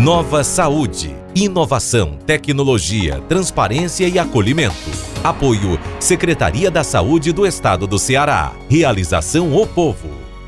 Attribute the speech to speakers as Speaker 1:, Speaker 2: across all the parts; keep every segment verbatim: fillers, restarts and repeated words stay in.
Speaker 1: Nova Saúde. Inovação, tecnologia, transparência e acolhimento. Apoio Secretaria da Saúde do Estado do Ceará. Realização O Povo.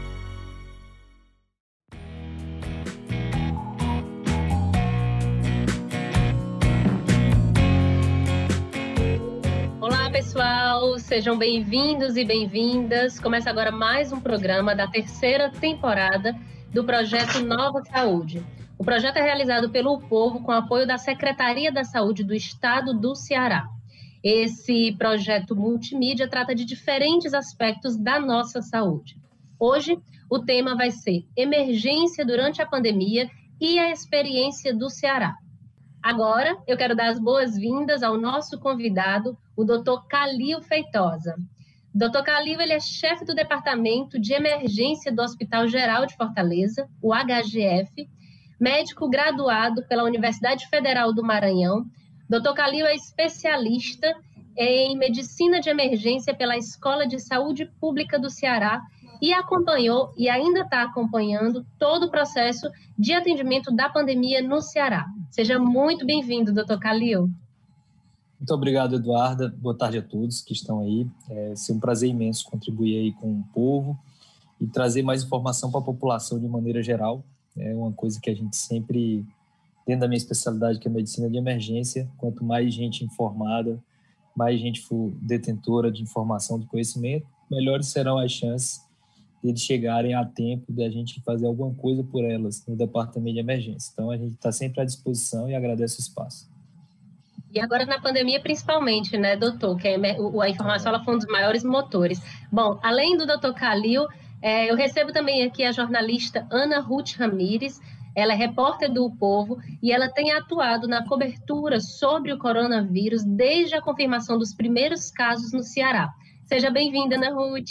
Speaker 2: Olá, pessoal. Sejam bem-vindos e bem-vindas. Começa agora mais um programa da terceira temporada do projeto Nova Saúde. O projeto é realizado pelo Povo com apoio da Secretaria da Saúde do Estado do Ceará. Esse projeto multimídia trata de diferentes aspectos da nossa saúde. Hoje, o tema vai ser emergência durante a pandemia e a experiência do Ceará. Agora, eu quero dar as boas-vindas ao nosso convidado, o doutor Calil Feitosa. doutor Calil, ele é chefe do Departamento de Emergência do Hospital Geral de Fortaleza, o H G F, médico graduado pela Universidade Federal do Maranhão. doutor Calil é especialista em medicina de emergência pela Escola de Saúde Pública do Ceará e acompanhou e ainda está acompanhando todo o processo de atendimento da pandemia no Ceará. Seja muito bem-vindo, doutor Calil.
Speaker 3: Muito obrigado, Eduarda. Boa tarde a todos que estão aí. É um prazer imenso contribuir aí com o povo e trazer mais informação para a população de maneira geral. É uma coisa que a gente sempre, dentro da minha especialidade, que é a medicina de emergência, quanto mais gente informada, mais gente for detentora de informação, de conhecimento, melhores serão as chances de eles chegarem a tempo de a gente fazer alguma coisa por elas no departamento de emergência. Então, a gente está sempre à disposição e agradece o espaço.
Speaker 2: E agora na pandemia principalmente, né, doutor? Que a informação ela foi um dos maiores motores. Bom, além do doutor Calil, é, eu recebo também aqui a jornalista Ana Ruth Ramires. Ela é repórter do O Povo e ela tem atuado na cobertura sobre o coronavírus desde a confirmação dos primeiros casos no Ceará. Seja bem-vinda, Ana Ruth.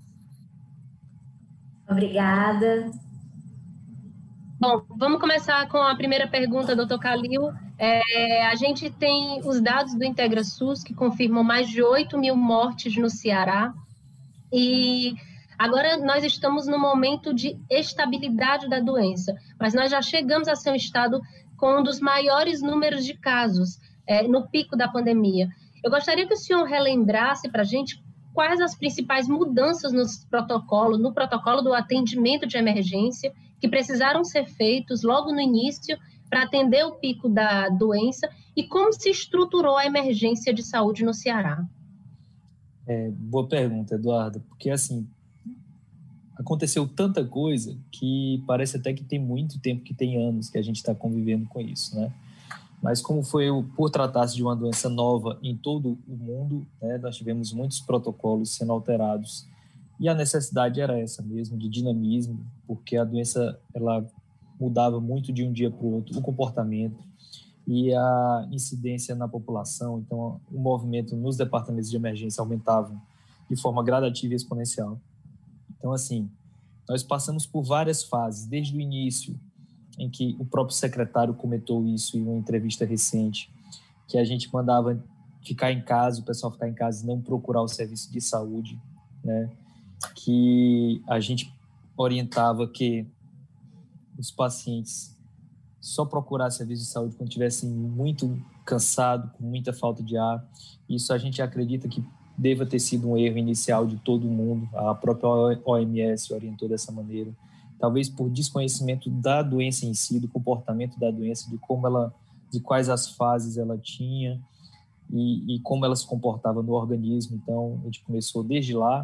Speaker 4: Obrigada.
Speaker 2: Bom, vamos começar com a primeira pergunta, doutor Calil. É, a gente tem os dados do IntegraSUS que confirmam mais de oito mil mortes no Ceará e agora nós estamos no momento de estabilidade da doença, mas nós já chegamos a ser um estado com um dos maiores números de casos é, no pico da pandemia. Eu gostaria que o senhor relembrasse para a gente quais as principais mudanças no protocolo, no protocolo do atendimento de emergência que precisaram ser feitos logo no início para atender o pico da doença e como se estruturou a emergência de saúde no Ceará.
Speaker 3: É, boa pergunta, Eduardo, porque assim, aconteceu tanta coisa que parece até que tem muito tempo, que tem anos que a gente está convivendo com isso, né? Mas como foi por tratar-se de uma doença nova em todo o mundo, né, nós tivemos muitos protocolos sendo alterados e a necessidade era essa mesmo, de dinamismo, porque a doença ela mudava muito de um dia para o outro, o comportamento e a incidência na população. Então, o movimento nos departamentos de emergência aumentava de forma gradativa e exponencial. Então, assim, nós passamos por várias fases, desde o início, em que o próprio secretário comentou isso em uma entrevista recente, que a gente mandava ficar em casa, o pessoal ficar em casa e não procurar o serviço de saúde, né? Que a gente orientava que os pacientes só procurassem serviço de saúde quando estivessem muito cansados, com muita falta de ar. Isso a gente acredita que deva ter sido um erro inicial de todo mundo, a própria O M S orientou dessa maneira, talvez por desconhecimento da doença em si, do comportamento da doença, de como ela, de quais as fases ela tinha e, e como ela se comportava no organismo. Então, a gente começou desde lá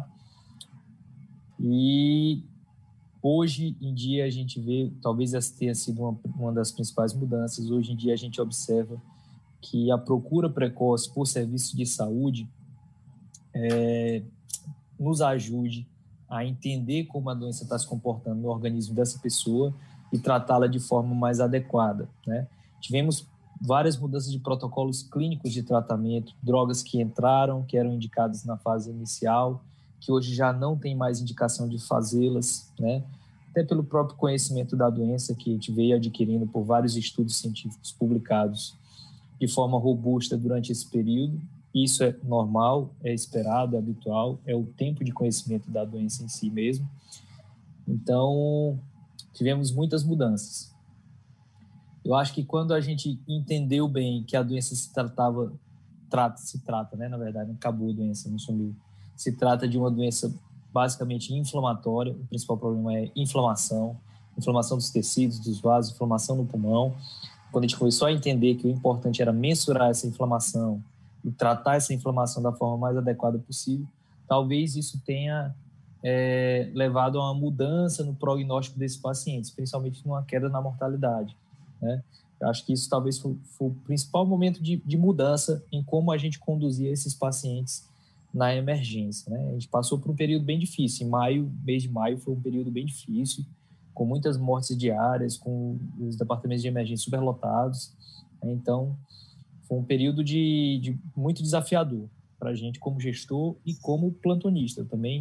Speaker 3: e hoje em dia a gente vê, talvez essa tenha sido uma, uma das principais mudanças, hoje em dia a gente observa que a procura precoce por serviço de saúde é, nos ajude a entender como a doença está se comportando no organismo dessa pessoa e tratá-la de forma mais adequada, né? Tivemos várias mudanças de protocolos clínicos de tratamento, drogas que entraram, que eram indicadas na fase inicial, que hoje já não tem mais indicação de fazê-las, né? Até pelo próprio conhecimento da doença que a gente veio adquirindo por vários estudos científicos publicados de forma robusta durante esse período. Isso é normal, é esperado, é habitual, é o tempo de conhecimento da doença em si mesmo. Então, tivemos muitas mudanças. Eu acho que quando a gente entendeu bem que a doença se tratava, trata, se trata, né, na verdade, não acabou a doença, não sumiu, se trata de uma doença basicamente inflamatória, o principal problema é inflamação, inflamação dos tecidos, dos vasos, inflamação no pulmão. Quando a gente começou a entender que o importante era mensurar essa inflamação e tratar essa inflamação da forma mais adequada possível, talvez isso tenha é, levado a uma mudança no prognóstico desses pacientes, principalmente numa queda na mortalidade, né? Eu acho que isso talvez foi, foi o principal momento de, de mudança em como a gente conduzia esses pacientes na emergência, né? A gente passou por um período bem difícil. Em maio, mês de maio, foi um período bem difícil, com muitas mortes diárias, com os departamentos de emergência superlotados. Então, foi um período de, de muito desafiador para a gente como gestor e como plantonista. Eu também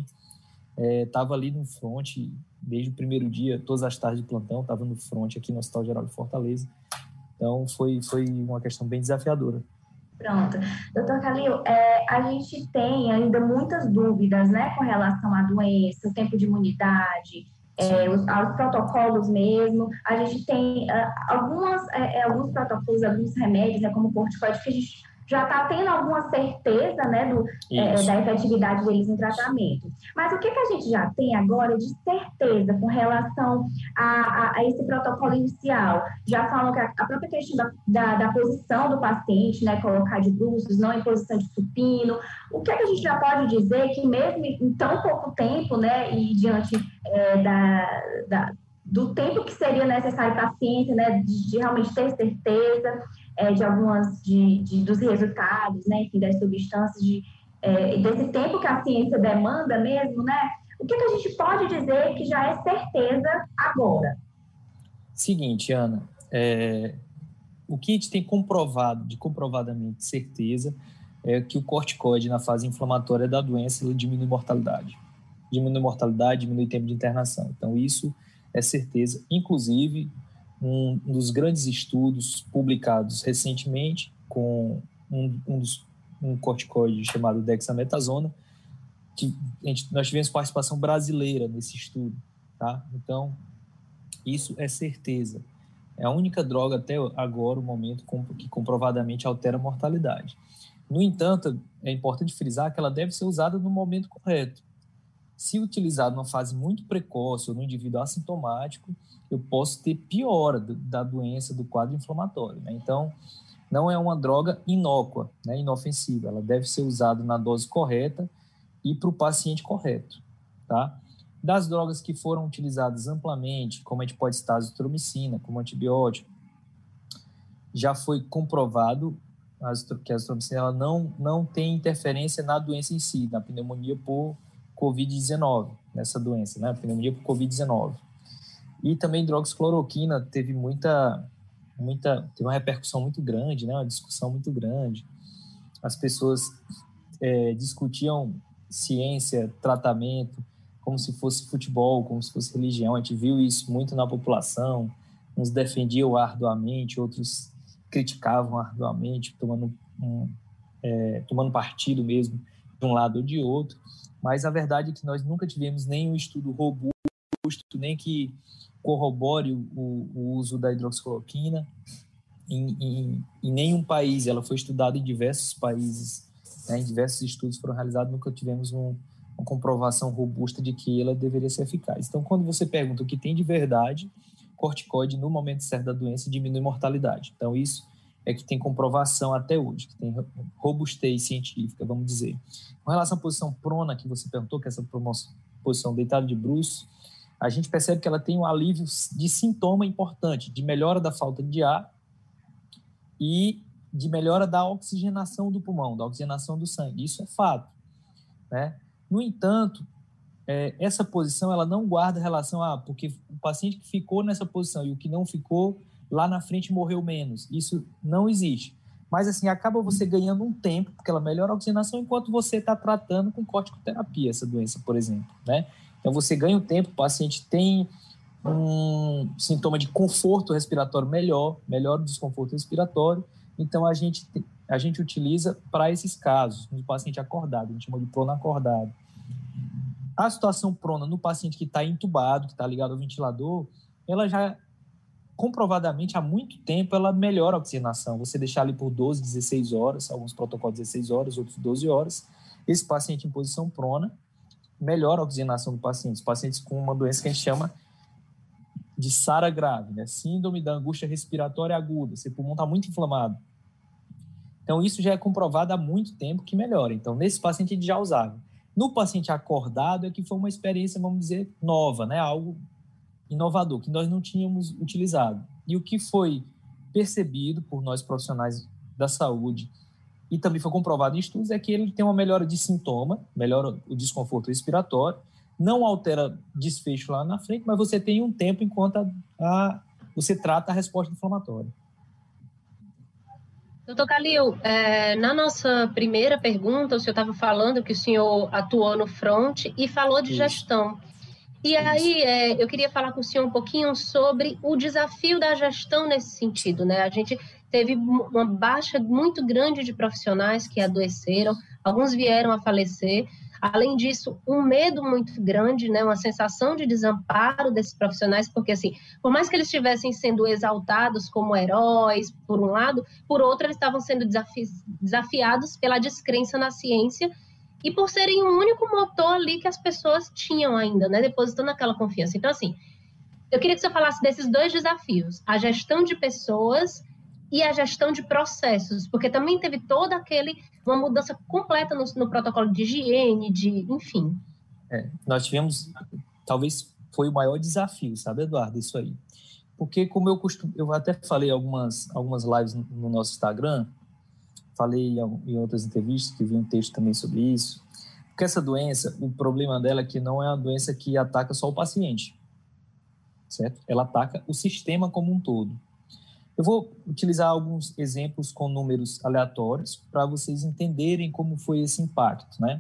Speaker 3: estava é, ali no front desde o primeiro dia, todas as tardes de plantão, estava no front aqui no Hospital Geral de Fortaleza. Então, foi, foi uma questão bem desafiadora.
Speaker 4: Pronto. doutor Calil, é, a gente tem ainda muitas dúvidas, né, com relação à doença, o tempo de imunidade, é, os, aos protocolos mesmo. A gente tem uh, algumas, é, alguns protocolos, alguns remédios, né, como o corticoide, que a gente já está tendo alguma certeza, né, do, é, da efetividade deles no tratamento. Mas o que, que a gente já tem agora de certeza com relação a, a, a esse protocolo inicial? Já falam que a, a própria questão da, da, da posição do paciente, né, colocar de bruços, não em posição de supino. O que, que a gente já pode dizer que mesmo em tão pouco tempo, né, e diante é, da, da, do tempo que seria necessário para a ciência, né, de, de realmente ter certeza, É, de algumas de, de, dos resultados, né, enfim, das substâncias, de, é, desse tempo que a ciência demanda mesmo, né? O que, que a gente pode dizer que já é certeza agora?
Speaker 3: Seguinte, Ana, é, o que a gente tem comprovado, de comprovadamente certeza, é que o corticoide na fase inflamatória da doença ele diminui mortalidade. Diminui mortalidade, diminui tempo de internação. Então, isso é certeza. Inclusive, um dos grandes estudos publicados recentemente com um, um, dos, um corticoide chamado dexametasona, que a gente, nós tivemos participação brasileira nesse estudo, tá? Então, isso é certeza. É a única droga até agora, o momento, que comprovadamente altera a mortalidade. No entanto, é importante frisar que ela deve ser usada no momento correto. Se utilizado numa fase muito precoce ou no indivíduo assintomático, eu posso ter piora da doença, do quadro inflamatório, né? Então, não é uma droga inócua, né, inofensiva. Ela deve ser usada na dose correta e para o paciente correto, tá? Das drogas que foram utilizadas amplamente, como a gente pode citar a azitromicina, como antibiótico, já foi comprovado que a azitromicina ela não, não tem interferência na doença em si, na pneumonia por covid dezenove, nessa doença, né? Pneumonia por covid dezenove. E também hidroxicloroquina teve muita, muita, teve uma repercussão muito grande, né? Uma discussão muito grande. As pessoas é, discutiam ciência, tratamento, como se fosse futebol, como se fosse religião. A gente viu isso muito na população. Uns defendiam arduamente, outros criticavam arduamente, tomando, um, é, tomando partido mesmo de um lado ou de outro. Mas a verdade é que nós nunca tivemos nenhum estudo robusto, nem que corrobore o, o uso da hidroxicloroquina em, em, em nenhum país. Ela foi estudada em diversos países, né, em diversos estudos foram realizados, nunca tivemos um, uma comprovação robusta de que ela deveria ser eficaz. Então, quando você pergunta o que tem de verdade, corticoide, no momento certo da doença, diminui mortalidade. Então, isso é que tem comprovação até hoje, que tem robustez científica, vamos dizer. Com relação à posição prona, que você perguntou, que é essa posição deitada de bruços, a gente percebe que ela tem um alívio de sintoma importante, de melhora da falta de ar e de melhora da oxigenação do pulmão, da oxigenação do sangue. Isso é fato, né? No entanto, é, essa posição ela não guarda relação a... Porque o paciente que ficou nessa posição e o que não ficou, lá na frente morreu menos. Isso não existe. Mas, assim, acaba você ganhando um tempo, porque ela melhora a oxigenação enquanto você está tratando com corticoterapia essa doença, por exemplo, né? Então, você ganha um tempo, o paciente tem um sintoma de conforto respiratório melhor, melhora o desconforto respiratório. Então, a gente, a gente utiliza para esses casos, no paciente acordado, a gente chama de prono acordado. A situação prona no paciente que está entubado, que está ligado ao ventilador, ela já comprovadamente, há muito tempo, ela melhora a oxigenação. Você deixar ali por doze, dezesseis horas, alguns protocolos dezesseis horas, outros doze horas, esse paciente em posição prona melhora a oxigenação do paciente. Os pacientes com uma doença que a gente chama de SARA grave, né? Síndrome da angústia respiratória aguda. Seu pulmão está muito inflamado. Então, isso já é comprovado há muito tempo que melhora. Então, nesse paciente, a gente já usava. No paciente acordado, é que foi uma experiência, vamos dizer, nova, né? Algo inovador, que nós não tínhamos utilizado. E o que foi percebido por nós profissionais da saúde e também foi comprovado em estudos é que ele tem uma melhora de sintoma, melhora o desconforto respiratório, não altera desfecho lá na frente, mas você tem um tempo enquanto a, a, você trata a resposta inflamatória.
Speaker 2: Doutor Calil, é, na nossa primeira pergunta, o senhor estava falando que o senhor atuou no front e falou de Isso. gestão. E Isso. aí, é, eu queria falar com o senhor um pouquinho sobre o desafio da gestão nesse sentido, né? A gente teve uma baixa muito grande de profissionais que adoeceram, alguns vieram a falecer. Além disso, um medo muito grande, né? Uma sensação de desamparo desses profissionais, porque, assim, por mais que eles estivessem sendo exaltados como heróis, por um lado, por outro, eles estavam sendo desafi- desafiados pela descrença na ciência e por serem o único motor ali que as pessoas tinham ainda, né? Depositando aquela confiança. Então, assim, eu queria que você falasse desses dois desafios, a gestão de pessoas e a gestão de processos, porque também teve toda aquele, uma mudança completa no, no protocolo de higiene, de, enfim.
Speaker 3: É, nós tivemos, talvez foi o maior desafio, sabe, Eduardo, isso aí. Porque como eu costumo, eu até falei algumas, algumas lives no, no nosso Instagram, falei em, em outras entrevistas, que vi um texto também sobre isso, porque essa doença, o problema dela é que não é uma doença que ataca só o paciente, certo? Ela ataca o sistema como um todo. Eu vou utilizar alguns exemplos com números aleatórios para vocês entenderem como foi esse impacto, né?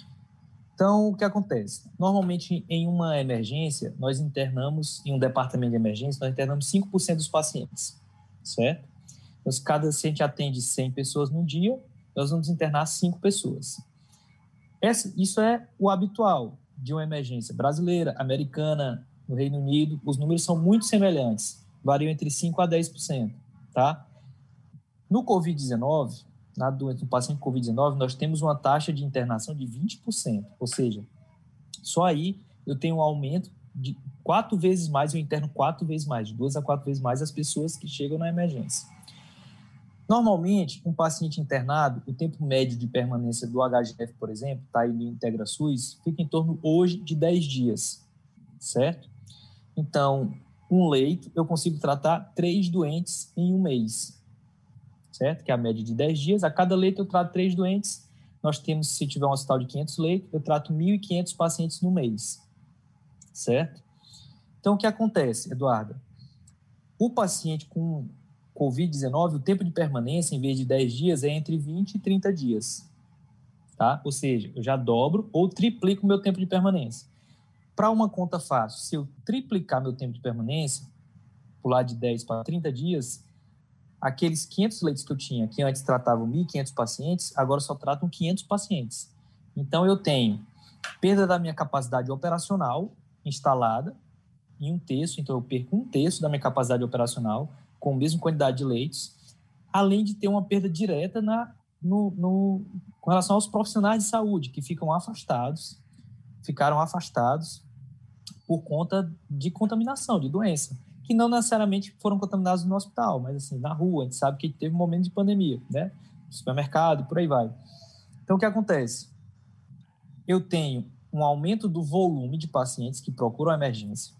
Speaker 3: Então, o que acontece? Normalmente, em uma emergência, nós internamos, em um departamento de emergência, nós internamos cinco por cento dos pacientes, certo? Então, se cada paciente atende cem pessoas no dia, nós vamos internar cinco pessoas. Essa, isso é o habitual de uma emergência brasileira, americana, no Reino Unido. Os números são muito semelhantes. Variam entre cinco a dez por cento, tá? No covid dezenove, na doença do paciente com covid dezenove, nós temos uma taxa de internação de vinte por cento, ou seja, só aí eu tenho um aumento de quatro vezes mais, eu interno quatro vezes mais, de duas a quatro vezes mais as pessoas que chegam na emergência. Normalmente, um paciente internado, o tempo médio de permanência do H G F, por exemplo, tá aí no IntegraSUS, fica em torno hoje de dez dias, certo? Então, um leito, eu consigo tratar três doentes em um mês, certo? Que é a média de dez dias. A cada leito eu trato três doentes. Nós temos, se tiver um hospital de quinhentos leitos, eu trato mil e quinhentos pacientes no mês, certo? Então, o que acontece, Eduarda? O paciente com covid dezenove, o tempo de permanência, em vez de dez dias, é entre vinte e trinta dias, tá? Ou seja, eu já dobro ou triplico o meu tempo de permanência. Para uma conta fácil, se eu triplicar meu tempo de permanência, pular de dez para trinta dias, aqueles quinhentos leitos que eu tinha, que antes tratavam mil e quinhentos pacientes, agora só tratam quinhentos pacientes. Então, eu tenho perda da minha capacidade operacional instalada em um terço, então eu perco um terço da minha capacidade operacional com a mesma quantidade de leitos, além de ter uma perda direta na, no, no, com relação aos profissionais de saúde, que ficam afastados, ficaram afastados por conta de contaminação, de doença, que não necessariamente foram contaminados no hospital, mas assim, na rua, a gente sabe que teve um momento de pandemia, né? No supermercado e por aí vai. Então, o que acontece? Eu tenho um aumento do volume de pacientes que procuram a emergência.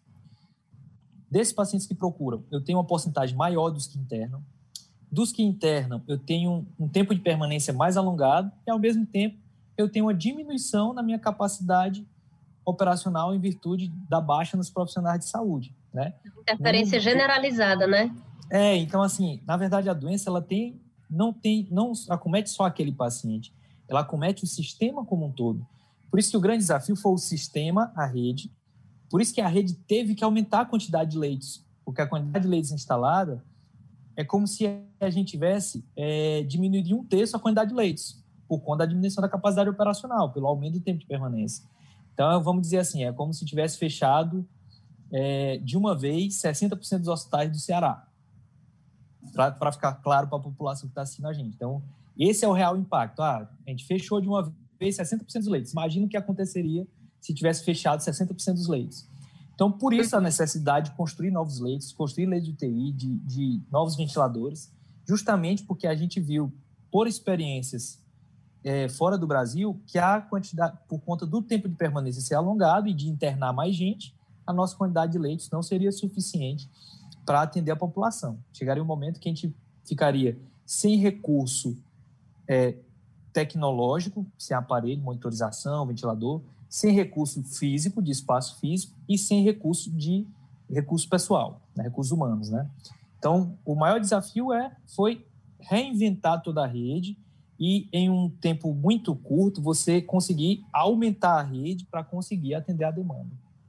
Speaker 3: Desses pacientes que procuram, eu tenho uma porcentagem maior dos que internam. Dos que internam, eu tenho um tempo de permanência mais alongado e, ao mesmo tempo, eu tenho uma diminuição na minha capacidade operacional em virtude da baixa nos profissionais de saúde, né?
Speaker 2: Interferência no... generalizada, né?
Speaker 3: É, então, assim, na verdade, a doença, ela tem, não tem, não acomete só aquele paciente, ela acomete o sistema como um todo. Por isso que o grande desafio foi o sistema, a rede, por isso que a rede teve que aumentar a quantidade de leitos, porque a quantidade de leitos instalada é como se a gente tivesse é, diminuído em um terço a quantidade de leitos, por conta da diminuição da capacidade operacional, pelo aumento do tempo de permanência. Então, vamos dizer assim, é como se tivesse fechado é, de uma vez, sessenta por cento dos hospitais do Ceará, para ficar claro para a população que está assistindo a gente. Então, esse é o real impacto. Ah, a gente fechou de uma vez sessenta por cento dos leitos. Imagina o que aconteceria se tivesse fechado sessenta por cento dos leitos. Então, por isso a necessidade de construir novos leitos, construir leitos de U T I, de, de novos ventiladores, justamente porque a gente viu, por experiências é, fora do Brasil, que a quantidade, por conta do tempo de permanência ser alongado e de internar mais gente, a nossa quantidade de leitos não seria suficiente para atender a população. Chegaria um momento que a gente ficaria sem recurso é, tecnológico, sem aparelho, monitorização, ventilador, sem recurso físico, de espaço físico, e sem recurso de recurso pessoal, né, recursos humanos, né? Então, o maior desafio é, foi reinventar toda a rede e, em um tempo muito curto, você conseguir aumentar a rede para conseguir atender a demanda.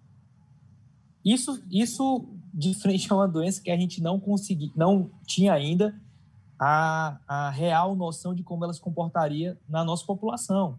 Speaker 3: Isso, isso de frente a uma doença que a gente não consegui, não tinha ainda a, a real noção de como ela se comportaria na nossa população.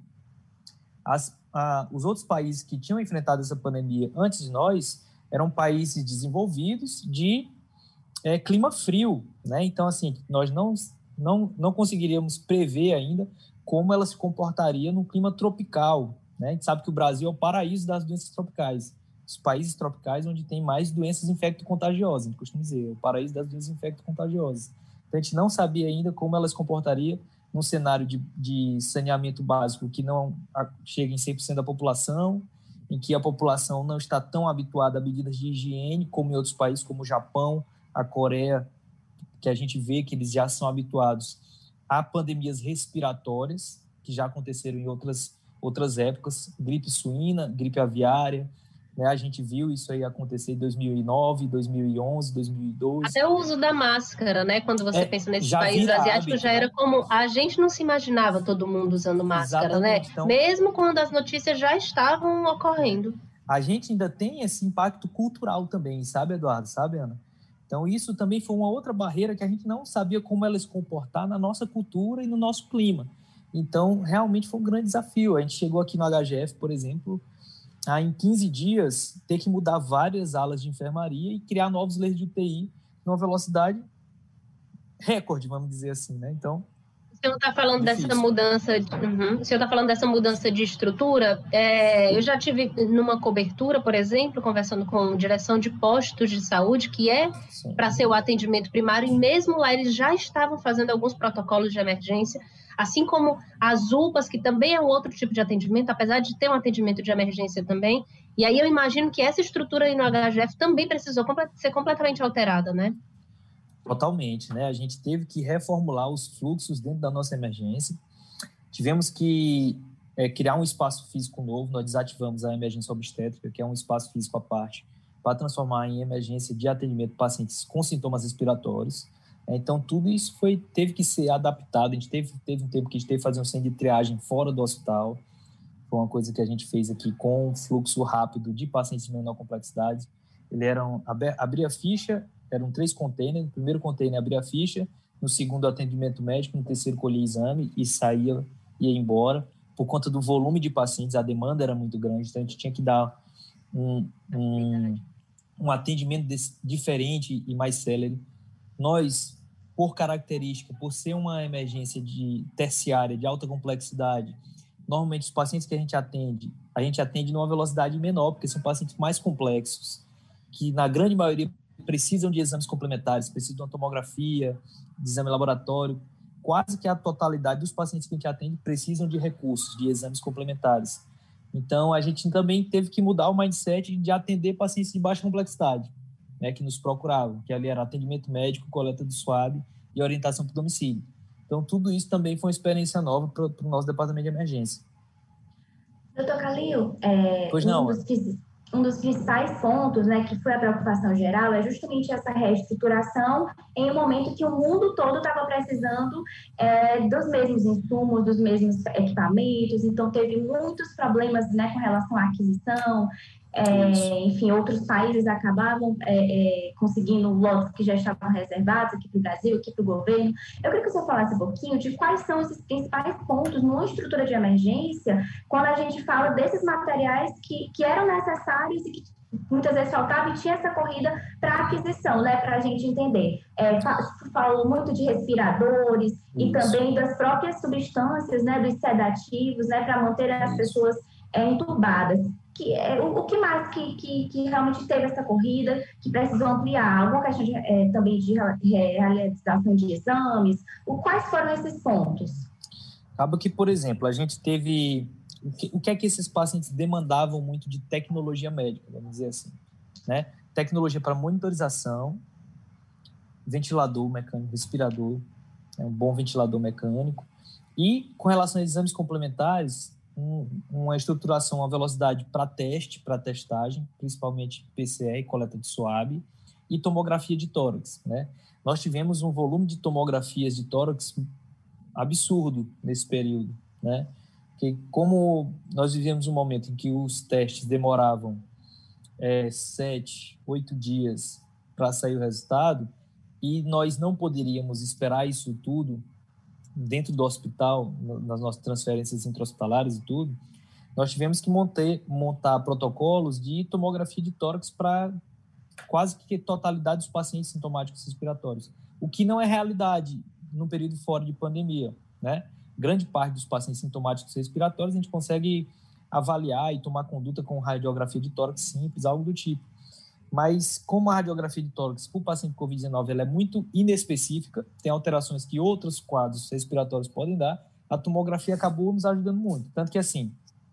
Speaker 3: As, a, os outros países que tinham enfrentado essa pandemia antes de nós eram países desenvolvidos de é, clima frio, né? Então, assim, nós não, não, não conseguiríamos prever ainda como ela se comportaria no clima tropical, né? A gente sabe que o Brasil é o paraíso das doenças tropicais. Os países tropicais onde tem mais doenças infecto-contagiosas, a gente costuma dizer, o paraíso das doenças infecto-contagiosas. Então, a gente não sabia ainda como ela se comportaria num cenário de, de saneamento básico que não chega em cem por cento da população, em que a população não está tão habituada a medidas de higiene como em outros países, como o Japão, a Coreia, que a gente vê que eles já são habituados a pandemias respiratórias, que já aconteceram em outras, outras épocas, gripe suína, gripe aviária, né? A gente viu isso aí acontecer em dois mil e nove, dois mil e onze, dois mil e doze.
Speaker 2: Até o uso da máscara, né? Quando você
Speaker 3: é,
Speaker 2: pensa nesses países asiáticos, hábito, já era como... A gente não se imaginava todo mundo usando máscara, Exatamente. né? Então, mesmo quando as notícias já estavam ocorrendo.
Speaker 3: A gente ainda tem esse impacto cultural também, sabe, Eduardo? Sabe, Ana? Então, isso também foi uma outra barreira que a gente não sabia como ela se comportar na nossa cultura e no nosso clima. Então, realmente foi um grande desafio. A gente chegou aqui no H G F, por exemplo... a, em quinze dias, ter que mudar várias alas de enfermaria e criar novos leitos de U T I numa velocidade recorde, vamos dizer assim, né? Então,
Speaker 2: o senhor está falando difícil. dessa mudança, de, uhum, o senhor está falando dessa mudança de estrutura. É, eu já tive numa cobertura, por exemplo, conversando com direção de postos de saúde, que é para ser o atendimento primário, e mesmo lá eles já estavam fazendo alguns protocolos de emergência, assim como as U P As, que também é um outro tipo de atendimento, apesar de ter um atendimento de emergência também. E aí eu imagino que essa estrutura aí no H G F também precisou ser completamente alterada, né?
Speaker 3: Totalmente, né? A gente teve que reformular os fluxos dentro da nossa emergência. Tivemos que é, criar um espaço físico novo. Nós desativamos a emergência obstétrica, que é um espaço físico à parte, para transformar em emergência de atendimento de pacientes com sintomas respiratórios. Então, tudo isso foi, teve que ser adaptado. A gente teve, teve um tempo que a gente teve que fazer um centro de triagem fora do hospital. Foi uma coisa que a gente fez aqui com um fluxo rápido de pacientes de menor complexidade. Ele era um, abria a ficha, eram três containers. No primeiro container abria a ficha, no segundo atendimento médico, no terceiro colhia exame e saía, ia embora. Por conta do volume de pacientes, a demanda era muito grande, então a gente tinha que dar um, um, um atendimento desse, diferente e mais célere. Nós, por característica, por ser uma emergência de terciária, de alta complexidade, normalmente os pacientes que a gente atende, a gente atende numa velocidade menor, porque são pacientes mais complexos, que na grande maioria precisam de exames complementares, precisam de uma tomografia, de exame laboratório. Quase que a totalidade dos pacientes que a gente atende precisam de recursos, de exames complementares. Então, a gente também teve que mudar o mindset de atender pacientes de baixa complexidade, né, que nos procuravam, que ali era atendimento médico, coleta do swab e orientação para o domicílio. Então, tudo isso também foi uma experiência nova para o nosso departamento de emergência.
Speaker 4: Doutor Calil, é,
Speaker 3: pois não,
Speaker 4: um, dos, um dos principais pontos, né, que foi a preocupação geral, é justamente essa reestruturação em um momento que o mundo todo estava precisando é, dos mesmos insumos, dos mesmos equipamentos, então teve muitos problemas, né, com relação à aquisição. É, enfim, outros países acabavam é, é, conseguindo lotes que já estavam reservados aqui para o Brasil, aqui para o governo. Eu queria que o senhor falasse um pouquinho de quais são esses principais pontos numa estrutura de emergência, quando a gente fala desses materiais que, que eram necessários e que muitas vezes faltava, e tinha essa corrida para aquisição, né, para a gente entender. É, falou muito de respiradores Isso. e também das próprias substâncias, né, dos sedativos, né, para manter as Isso. pessoas é, entubadas. Que, é, o, o que mais que, que, que realmente teve essa corrida, que precisou ampliar? Alguma questão de, é, também de realização de exames? O, quais foram esses pontos?
Speaker 3: Acaba que, por exemplo, a gente teve... O que, o que é que esses pacientes demandavam muito de tecnologia médica, vamos dizer assim, né? Tecnologia para monitorização, ventilador mecânico, respirador, né? Um bom ventilador mecânico, e com relação a exames complementares, um, uma estruturação, uma velocidade para teste, para testagem, principalmente P C R, coleta de suave, e tomografia de tórax, né? Nós tivemos um volume de tomografias de tórax absurdo nesse período, né? Que como nós vivemos um momento em que os testes demoravam é, sete, oito dias para sair o resultado, e nós não poderíamos esperar isso tudo dentro do hospital, nas nossas transferências intra-hospitalares e tudo, nós tivemos que montar, montar protocolos de tomografia de tórax para quase que totalidade dos pacientes sintomáticos respiratórios, o que não é realidade no período fora de pandemia, né? Grande parte dos pacientes sintomáticos respiratórios a gente consegue avaliar e tomar conduta com radiografia de tórax simples, algo do tipo. Mas como a radiografia de tórax para o paciente com covid dezenove ela é muito inespecífica, tem alterações que outros quadros respiratórios podem dar, a tomografia acabou nos ajudando muito. Tanto que, assim,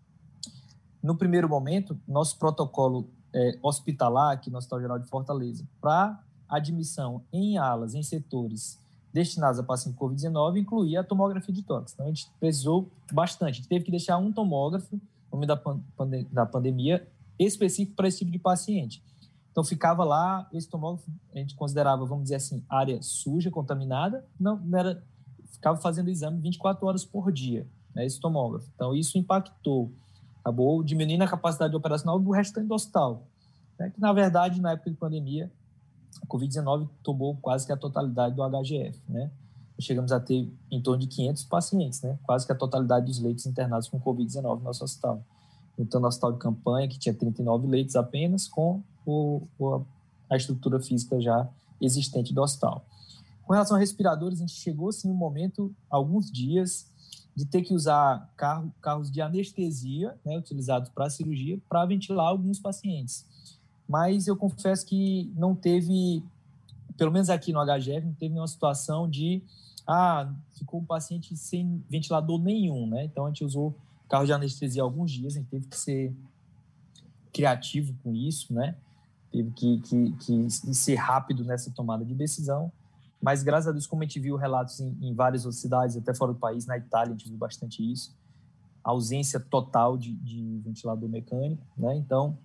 Speaker 3: no primeiro momento, nosso protocolo é, hospitalar, aqui no Hospital Geral de Fortaleza, para admissão em alas, em setores destinados a paciente covid dezenove, incluía a tomografia de tórax. Então, a gente precisou bastante. A gente teve que deixar um tomógrafo, no meio da, pande- da pandemia, específico para esse tipo de paciente. Então, ficava lá, esse tomógrafo, a gente considerava, vamos dizer assim, área suja, contaminada, não, não era, ficava fazendo exame vinte e quatro horas por dia, né, esse tomógrafo. Então, isso impactou, acabou diminuindo a capacidade operacional do restante do hospital, né, que, na verdade, na época de pandemia, a covid dezenove tomou quase que a totalidade do H G F, né? Chegamos a ter em torno de quinhentos pacientes, né? Quase que a totalidade dos leitos internados com covid dezenove no nosso hospital. Então, no hospital de campanha, que tinha trinta e nove leitos apenas, com o, o, a estrutura física já existente do hospital. Com relação a respiradores, a gente chegou, sim, um momento, alguns dias, de ter que usar carro, carros de anestesia, né, utilizados para cirurgia, para ventilar alguns pacientes. Mas eu confesso que não teve, pelo menos aqui no H G F, não teve nenhuma situação de, ah, ficou um paciente sem ventilador nenhum, né? Então, a gente usou carro de anestesia alguns dias, a gente teve que ser criativo com isso, né? Teve que, que, que ser rápido nessa tomada de decisão. Mas, graças a Deus, como a gente viu relatos em, em várias outras cidades, até fora do país, na Itália, a gente viu bastante isso, a ausência total de, de ventilador mecânico, né? Então,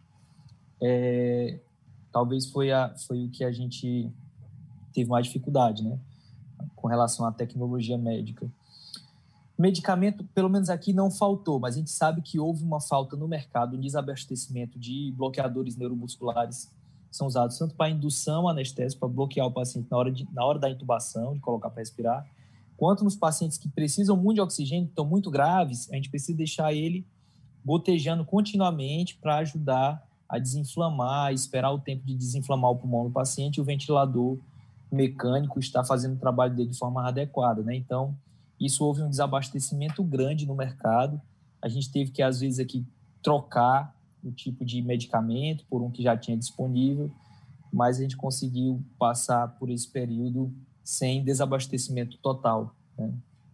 Speaker 3: É, talvez foi, a, foi o que a gente teve mais dificuldade, né, com relação à tecnologia médica. Medicamento, pelo menos aqui, não faltou, mas a gente sabe que houve uma falta no mercado, um desabastecimento de bloqueadores neuromusculares, que são usados tanto para indução anestésica, para bloquear o paciente na hora, de, na hora da intubação, de colocar para respirar, quanto nos pacientes que precisam muito de oxigênio, que estão muito graves, a gente precisa deixar ele gotejando continuamente para ajudar a desinflamar, esperar o tempo de desinflamar o pulmão do paciente, e o ventilador mecânico está fazendo o trabalho dele de forma adequada, né? Então, isso houve um desabastecimento grande no mercado. A gente teve que, às vezes, aqui trocar o tipo de medicamento por um que já tinha disponível, mas a gente conseguiu passar por esse período sem desabastecimento total, né?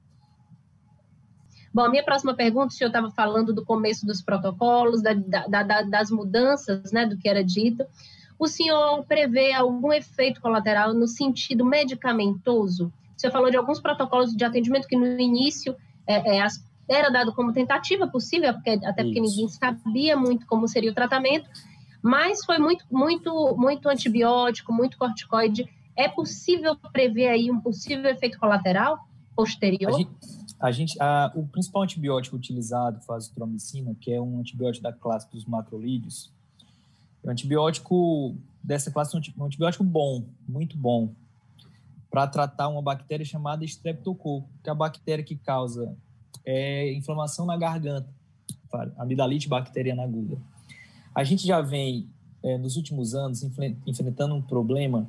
Speaker 2: Bom, a minha próxima pergunta, o senhor estava falando do começo dos protocolos, da, da, da, das mudanças, né, do que era dito. O senhor prevê algum efeito colateral no sentido medicamentoso? O senhor falou de alguns protocolos de atendimento que no início é, é, era dado como tentativa possível, porque, até porque Isso. ninguém sabia muito como seria o tratamento, mas foi muito, muito, muito antibiótico, muito corticoide. É possível prever aí um possível efeito colateral posterior?
Speaker 3: A gente... A gente, a, o principal antibiótico utilizado, a azitromicina, que é um antibiótico da classe dos macrolídeos, é um antibiótico dessa classe, um antibiótico bom, muito bom, para tratar uma bactéria chamada Streptococcus, que é a bactéria que causa é, inflamação na garganta, amidalite bacteriana aguda. A gente já vem é, nos últimos anos, enfrentando um problema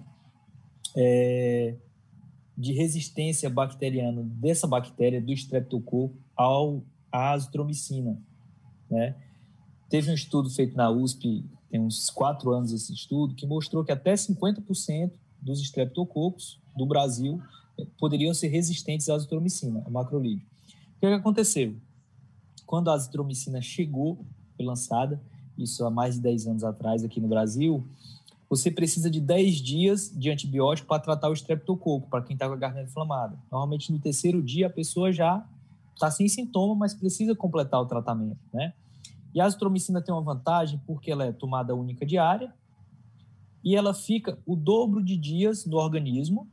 Speaker 3: é, de resistência bacteriana dessa bactéria, do estreptococo, ao, à azitromicina, né? Teve um estudo feito na U S P, tem uns quatro anos esse estudo, que mostrou que até cinquenta por cento dos estreptococos do Brasil poderiam ser resistentes à azitromicina, a macrolídeo. O que, que aconteceu? Quando a azitromicina chegou, foi lançada, isso há mais de dez anos atrás aqui no Brasil, você precisa de dez dias de antibiótico para tratar o estreptococo, para quem está com a garganta inflamada. Normalmente, no terceiro dia, a pessoa já está sem sintoma, mas precisa completar o tratamento, né? E a azitromicina tem uma vantagem porque ela é tomada única diária e ela fica o dobro de dias no organismo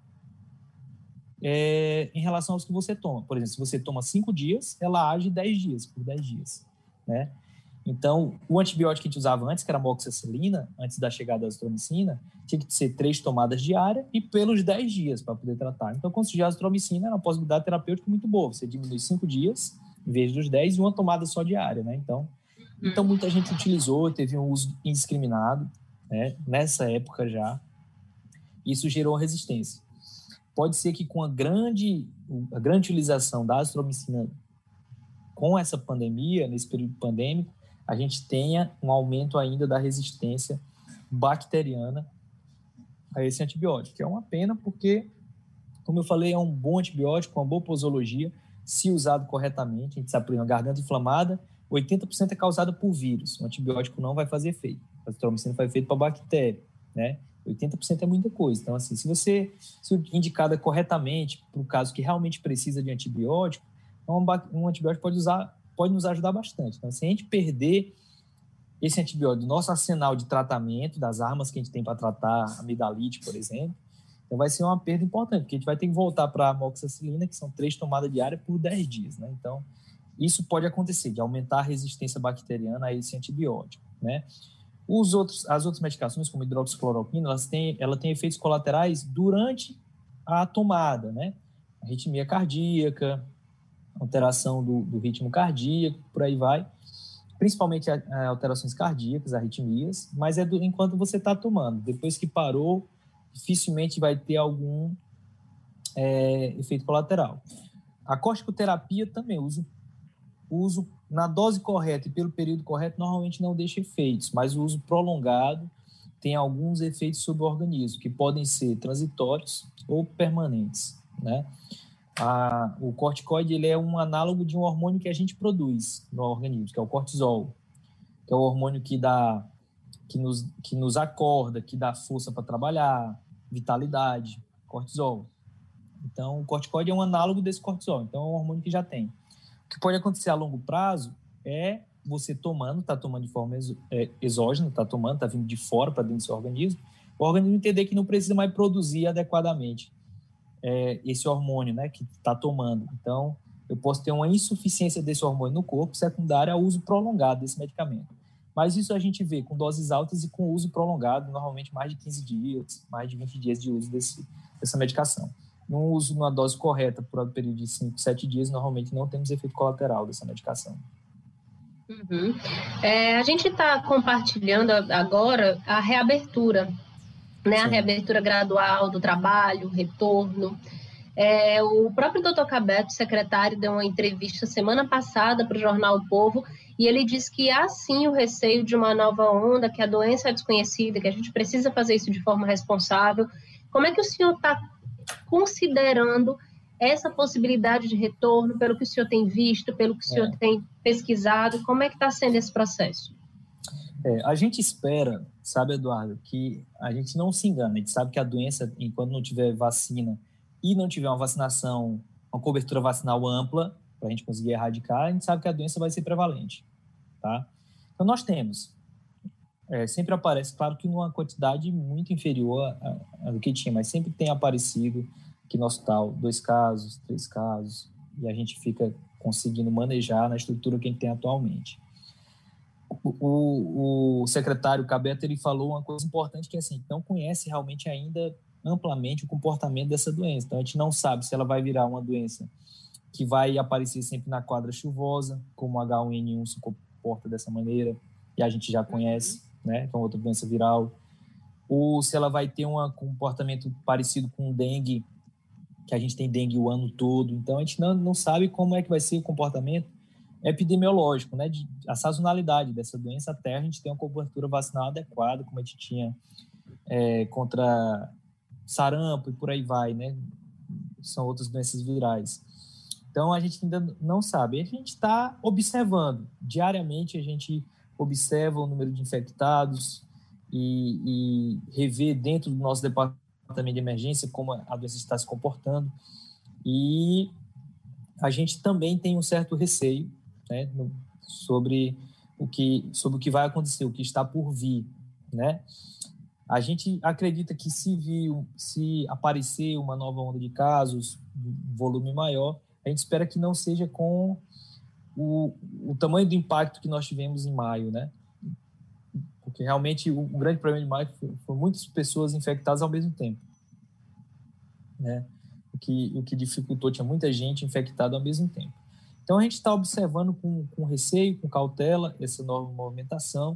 Speaker 3: é, em relação aos que você toma. Por exemplo, se você toma cinco dias, ela age dez dias, por dez dias, né? Então, o antibiótico que a gente usava antes, que era a amoxicilina, antes da chegada da azitromicina, tinha que ser três tomadas diárias e pelos dez dias para poder tratar. Então, quando surgiu a azitromicina, era uma possibilidade terapêutica muito boa. Você diminui cinco dias, em vez dos dez, e uma tomada só diária, né? Então, então muita gente utilizou, teve um uso indiscriminado, né? Nessa época já. Isso gerou resistência. Pode ser que com a grande, a grande utilização da azitromicina com essa pandemia, nesse período pandêmico, a gente tenha um aumento ainda da resistência bacteriana a esse antibiótico, que é uma pena porque, como eu falei, é um bom antibiótico, uma boa posologia, se usado corretamente. A gente sabe, por exemplo, a garganta inflamada, oitenta por cento é causada por vírus, o antibiótico não vai fazer efeito, a azitromicina foi feita para bactéria, né? oitenta por cento é muita coisa. Então, assim, se você se indicada corretamente para o caso que realmente precisa de antibiótico, um antibiótico pode, usar, pode nos ajudar bastante. Então, se a gente perder esse antibiótico do nosso arsenal de tratamento, das armas que a gente tem para tratar amidalite, por exemplo, então vai ser uma perda importante, porque a gente vai ter que voltar para a amoxicilina, que são três tomadas diárias por dez dias, né? Então, isso pode acontecer, de aumentar a resistência bacteriana a esse antibiótico, né? Os outros, as outras medicações, como hidroxicloroquina, elas têm, ela tem efeitos colaterais durante a tomada, né? Arritmia cardíaca, alteração do, do ritmo cardíaco, por aí vai. Principalmente a, a alterações cardíacas, arritmias, mas é do, enquanto você está tomando. Depois que parou, dificilmente vai ter algum é, efeito colateral. A corticoterapia também, uso, uso na dose correta e pelo período correto, normalmente não deixa efeitos, mas o uso prolongado tem alguns efeitos sobre o organismo, que podem ser transitórios ou permanentes, né? A, o corticoide ele é um análogo de um hormônio que a gente produz no organismo, que é o cortisol, que é o hormônio que, dá, que, nos, que nos acorda, que dá força para trabalhar, vitalidade, cortisol. Então, o corticoide é um análogo desse cortisol, então é um hormônio que já tem. O que pode acontecer a longo prazo é você tomando, está tomando de forma exógena, está tomando, está vindo de fora para dentro do seu organismo, o organismo entender que não precisa mais produzir adequadamente É, esse hormônio, né, que está tomando. Então, eu posso ter uma insuficiência desse hormônio no corpo secundária ao uso prolongado desse medicamento. Mas isso a gente vê com doses altas e com uso prolongado, normalmente mais de quinze dias, mais de vinte dias de uso desse, dessa medicação. No uso numa dose correta por um período de cinco, sete dias, normalmente não temos efeito colateral dessa medicação.
Speaker 2: Uhum. É, a gente está compartilhando agora a reabertura, né, a reabertura gradual do trabalho, retorno. É, o próprio doutor Cabeto, secretário, deu uma entrevista semana passada para o jornal O Povo e ele disse que há sim o receio de uma nova onda, que a doença é desconhecida, que a gente precisa fazer isso de forma responsável. Como é que o senhor está considerando essa possibilidade de retorno, pelo que o senhor tem visto, pelo que o senhor é. tem pesquisado? Como é que está sendo esse processo?
Speaker 3: É, a gente espera, sabe, Eduardo, que a gente não se engana. A gente sabe que a doença, enquanto não tiver vacina e não tiver uma vacinação, uma cobertura vacinal ampla, para a gente conseguir erradicar, a gente sabe que a doença vai ser prevalente, tá? Então, nós temos. É, sempre aparece, claro que numa quantidade muito inferior ao que tinha, mas sempre tem aparecido aqui no hospital dois casos, três casos, e a gente fica conseguindo manejar na estrutura que a gente tem atualmente. O, o secretário Cabeto, ele falou uma coisa importante, que é assim, não conhece realmente ainda amplamente o comportamento dessa doença. Então, a gente não sabe se ela vai virar uma doença que vai aparecer sempre na quadra chuvosa, como o H um N um se comporta dessa maneira, e a gente já conhece, né, que é uma outra doença viral, ou se ela vai ter um comportamento parecido com o dengue, que a gente tem dengue o ano todo. Então, a gente não, não sabe como é que vai ser o comportamento epidemiológico, né, de, a sazonalidade dessa doença, até a gente ter uma cobertura vacinal adequada, como a gente tinha é, contra sarampo e por aí vai, né, são outras doenças virais. Então, a gente ainda não sabe. A gente está observando. Diariamente, a gente observa o número de infectados e, e revê dentro do nosso departamento de emergência como a doença está se comportando. E a gente também tem um certo receio, né, sobre o que, sobre o que vai acontecer, o que está por vir, né? A gente acredita que se, vir, se aparecer uma nova onda de casos, um volume maior, a gente espera que não seja com o, o tamanho do impacto que nós tivemos em maio, né? Porque realmente o, o grande problema de maio foi, foi muitas pessoas infectadas ao mesmo tempo, né? O que, o que dificultou, tinha muita gente infectada ao mesmo tempo. Então, a gente está observando com, com receio, com cautela, essa nova movimentação.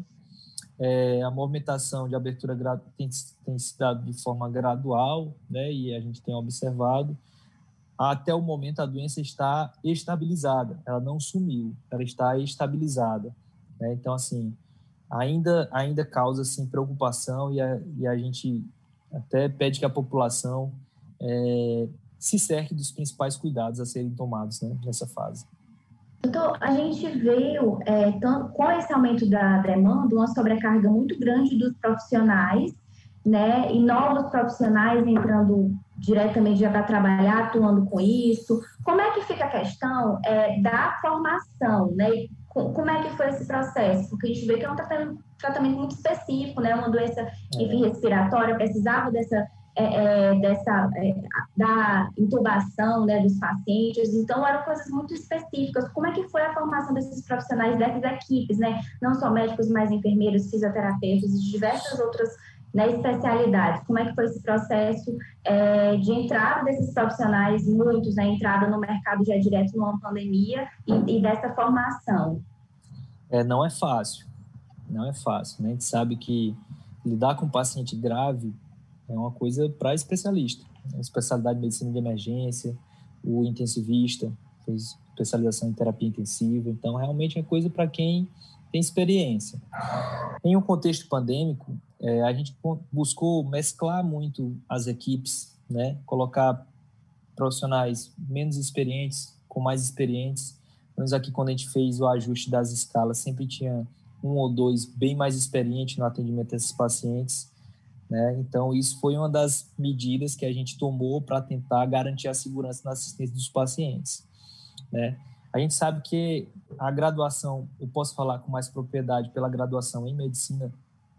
Speaker 3: É, a movimentação de abertura tem, tem se dado de forma gradual, né, e a gente tem observado. Até o momento, a doença está estabilizada, ela não sumiu, ela está estabilizada, né? Então, assim, ainda, ainda causa assim, preocupação e a, e a gente até pede que a população é, se cerque dos principais cuidados a serem tomados, né, nessa fase.
Speaker 4: Então, a gente veio, é, tanto, com esse aumento da demanda, uma sobrecarga muito grande dos profissionais, né, e novos profissionais entrando diretamente já para trabalhar, atuando com isso. Como é que fica a questão é, da formação, né? Como é que foi esse processo? Porque a gente vê que é um tratamento, tratamento muito específico, né? Uma doença, enfim, respiratória, precisava dessa... É, é, dessa, é, da intubação, né, dos pacientes, então eram coisas muito específicas. Como é que foi a formação desses profissionais, dessas equipes, né, não só médicos, mas enfermeiros, fisioterapeutas e diversas outras, né, especialidades? Como é que foi esse processo é, de entrada desses profissionais, muitos, né, entrada no mercado já direto numa pandemia e, e dessa formação?
Speaker 3: É, não é fácil, não é fácil, né? A gente sabe que lidar com um paciente grave é uma coisa para especialista. A especialidade de medicina de emergência, o intensivista, fez especialização em terapia intensiva. Então, realmente é coisa para quem tem experiência. Em um contexto pandêmico, é, a gente buscou mesclar muito as equipes, né? Colocar profissionais menos experientes com mais experientes. Mas aqui, quando a gente fez o ajuste das escalas, sempre tinha um ou dois bem mais experientes no atendimento desses pacientes, né? Então, isso foi uma das medidas que a gente tomou para tentar garantir a segurança na assistência dos pacientes, né? A gente sabe que a graduação, eu posso falar com mais propriedade pela graduação em medicina,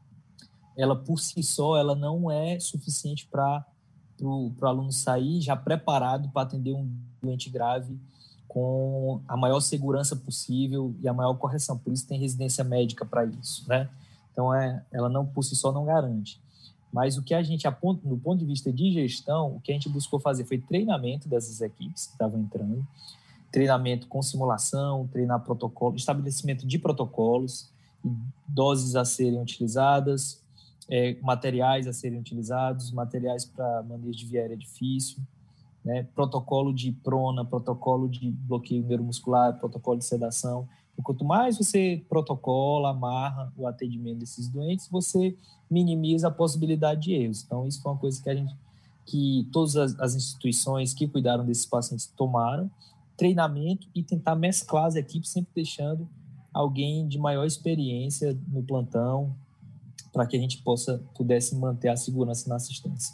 Speaker 3: ela por si só, ela não é suficiente para o aluno sair já preparado para atender um doente grave com a maior segurança possível e a maior correção. Por isso tem residência médica para isso, né? Então, é, ela não por si só não garante. Mas o que a gente, no ponto de vista de gestão, o que a gente buscou fazer foi treinamento dessas equipes que estavam entrando, treinamento com simulação, treinar protocolo, estabelecimento de protocolos, doses a serem utilizadas, é, materiais a serem utilizados, materiais para manejo de via aérea difícil, né, protocolo de prona, protocolo de bloqueio neuromuscular, protocolo de sedação. E quanto mais você protocola, amarra o atendimento desses doentes, você minimiza a possibilidade de erros. Então, isso foi uma coisa que a gente, que todas as, as instituições que cuidaram desses pacientes tomaram, treinamento e tentar mesclar as equipes, sempre deixando alguém de maior experiência no plantão, para que a gente possa, pudesse manter a segurança na assistência.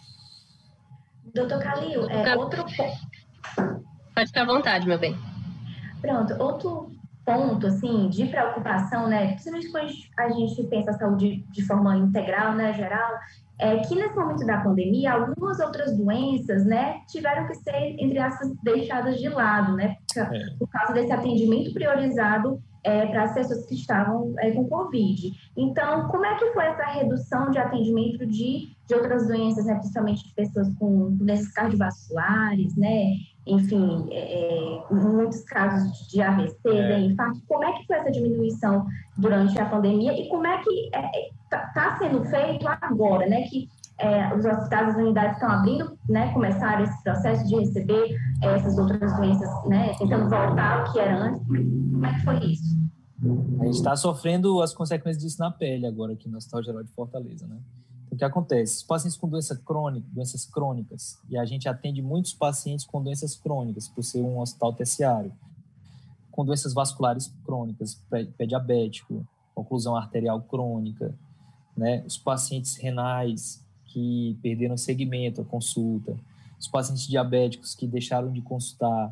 Speaker 4: Doutor Calil, é, outro...
Speaker 2: Pode ficar à vontade, meu bem.
Speaker 4: Pronto, outro ponto, assim, de preocupação, né, principalmente quando a gente pensa a saúde de forma integral, né, geral, é que nesse momento da pandemia, algumas outras doenças, né, tiveram que ser, entre aspas, deixadas de lado, né, por, é. por causa desse atendimento priorizado é, para as pessoas que estavam é, com Covid. Então, como é que foi essa redução de atendimento de, de outras doenças, né, principalmente de pessoas com doenças cardiovasculares, né, enfim, é, muitos casos de A V C, é. infarto. Como é que foi essa diminuição durante a pandemia e como é que está é, sendo feito agora, né? Que é, os hospitais, as unidades estão abrindo, né? Começaram esse processo de receber é, essas outras doenças, né? Tentando voltar ao que era antes. Como é que foi isso?
Speaker 3: A gente está sofrendo as consequências disso na pele agora aqui no Hospital Geral de Fortaleza, né? O que acontece? Os pacientes com doença crônica, doenças crônicas, e a gente atende muitos pacientes com doenças crônicas, por ser um hospital terciário, com doenças vasculares crônicas, pé diabético, oclusão arterial crônica, né? Os pacientes renais que perderam segmento, a consulta, os pacientes diabéticos que deixaram de consultar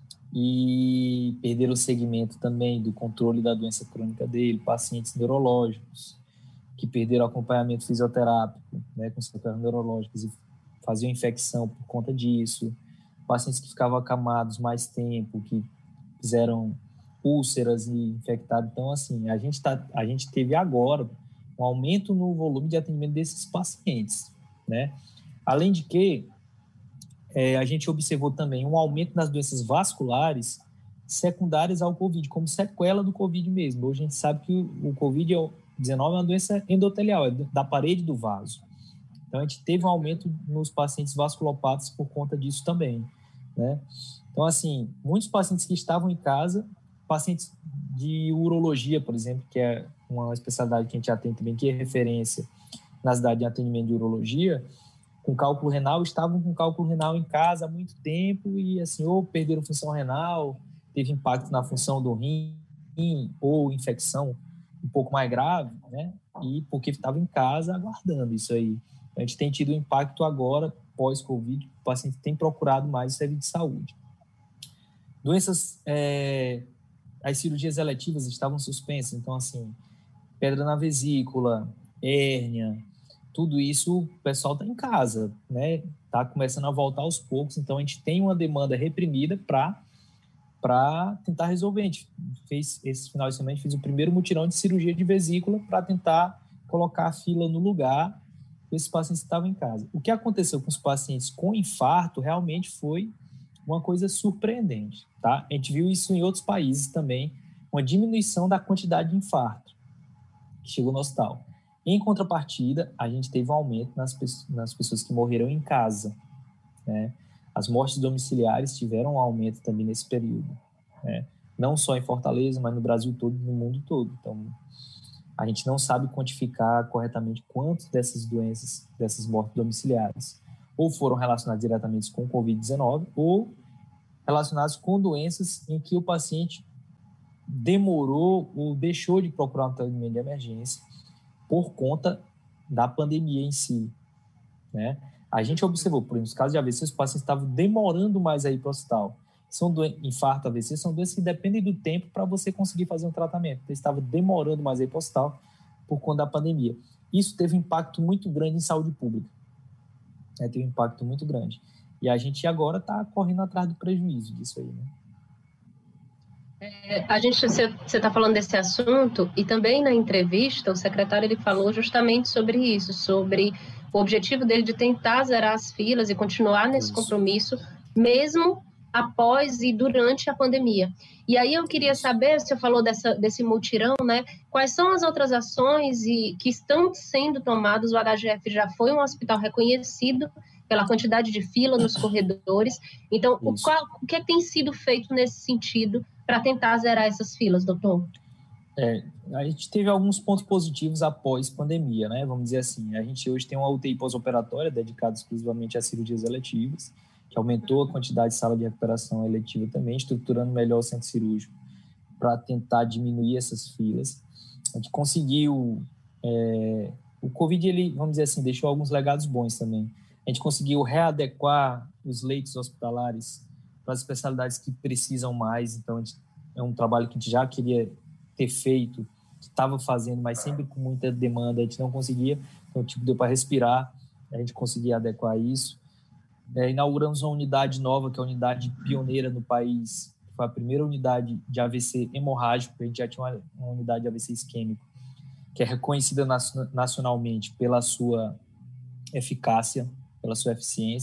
Speaker 3: e perderam o segmento também do controle da doença crônica dele, pacientes neurológicos, que perderam acompanhamento fisioterápico, né, com sequelas neurológicas e faziam infecção por conta disso, pacientes que ficavam acamados mais tempo, que fizeram úlceras e infectados. Então, assim, a gente, tá, a gente teve agora um aumento no volume de atendimento desses pacientes, né? Além de que, é, a gente observou também um aumento nas doenças vasculares secundárias ao Covid, como sequela do Covid mesmo. Hoje a gente sabe que o, o Covid dezenove é uma doença endotelial, é da parede do vaso. Então, a gente teve um aumento nos pacientes vasculopatas por conta disso também, né? Então, assim, muitos pacientes que estavam em casa, pacientes de urologia, por exemplo, que é uma especialidade que a gente atende também, que é referência na cidade de atendimento de urologia, com cálculo renal, estavam com cálculo renal em casa há muito tempo e, assim, ou perderam função renal, teve impacto na função do rim, ou infecção um pouco mais grave, né? E porque estava em casa aguardando isso aí. A gente tem tido um impacto agora, pós-Covid, o paciente tem procurado mais o serviço de saúde. Doenças, é, as cirurgias eletivas estavam suspensas, então, assim, pedra na vesícula, hérnia, tudo isso o pessoal está em casa, né? Está começando a voltar aos poucos, então a gente tem uma demanda reprimida para para tentar resolver. A gente fez, esse final de semana, a gente fez o primeiro mutirão de cirurgia de vesícula para tentar colocar a fila no lugar com esses pacientes que estavam em casa. O que aconteceu com os pacientes com infarto realmente foi uma coisa surpreendente, tá? A gente viu isso em outros países também, uma diminuição da quantidade de infarto que chegou no hospital. Em contrapartida, a gente teve um aumento nas, nas pessoas que morreram em casa, né? As mortes domiciliares tiveram um aumento também nesse período, né? Não só em Fortaleza, mas no Brasil todo, no mundo todo. Então, a gente não sabe quantificar corretamente quantas dessas doenças, dessas mortes domiciliares, ou foram relacionadas diretamente com o covid dezenove, ou relacionadas com doenças em que o paciente demorou ou deixou de procurar um atendimento de emergência por conta da pandemia em si, né? A gente observou, por exemplo, nos casos de A V C, os pacientes estavam demorando mais a ir para o hospital. São doen- infarto, A V C, são doenças que dependem do tempo para você conseguir fazer um tratamento. Eles estavam demorando mais a ir para o hospital por conta da pandemia. Isso teve um impacto muito grande em saúde pública. É, teve um impacto muito grande. E a gente agora está correndo atrás do prejuízo disso aí, né?
Speaker 2: É, a gente, você está falando desse assunto, e também na entrevista o secretário ele falou justamente sobre isso, sobre o objetivo dele de tentar zerar as filas e continuar nesse isso. compromisso, mesmo após e durante a pandemia. E aí eu queria saber, você falou dessa, desse mutirão, né? Quais são as outras ações e, que estão sendo tomadas? O H G F já foi um hospital reconhecido pela quantidade de fila nos corredores. Então, o, qual, o que tem sido feito nesse sentido para tentar zerar essas filas, doutor?
Speaker 3: É, a gente teve alguns pontos positivos após pandemia, né? Vamos dizer assim, a gente hoje tem uma U T I pós-operatória dedicada exclusivamente às cirurgias eletivas, que aumentou a quantidade de sala de recuperação eletiva também, estruturando melhor o centro cirúrgico para tentar diminuir essas filas. A gente conseguiu... É, o Covid, ele, vamos dizer assim, deixou alguns legados bons também. A gente conseguiu readequar os leitos hospitalares para as especialidades que precisam mais. Então, a gente, é um trabalho que a gente já queria ter feito, que estava fazendo, mas sempre com muita demanda, a gente não conseguia. Então, tipo, deu para respirar, a gente conseguia adequar isso. É, inauguramos uma unidade nova, que é a unidade pioneira no país, que foi a primeira unidade de A V C hemorrágico. A gente já tinha uma, uma unidade de A V C isquêmico, que é reconhecida nacionalmente pela sua eficácia, pela sua eficiência.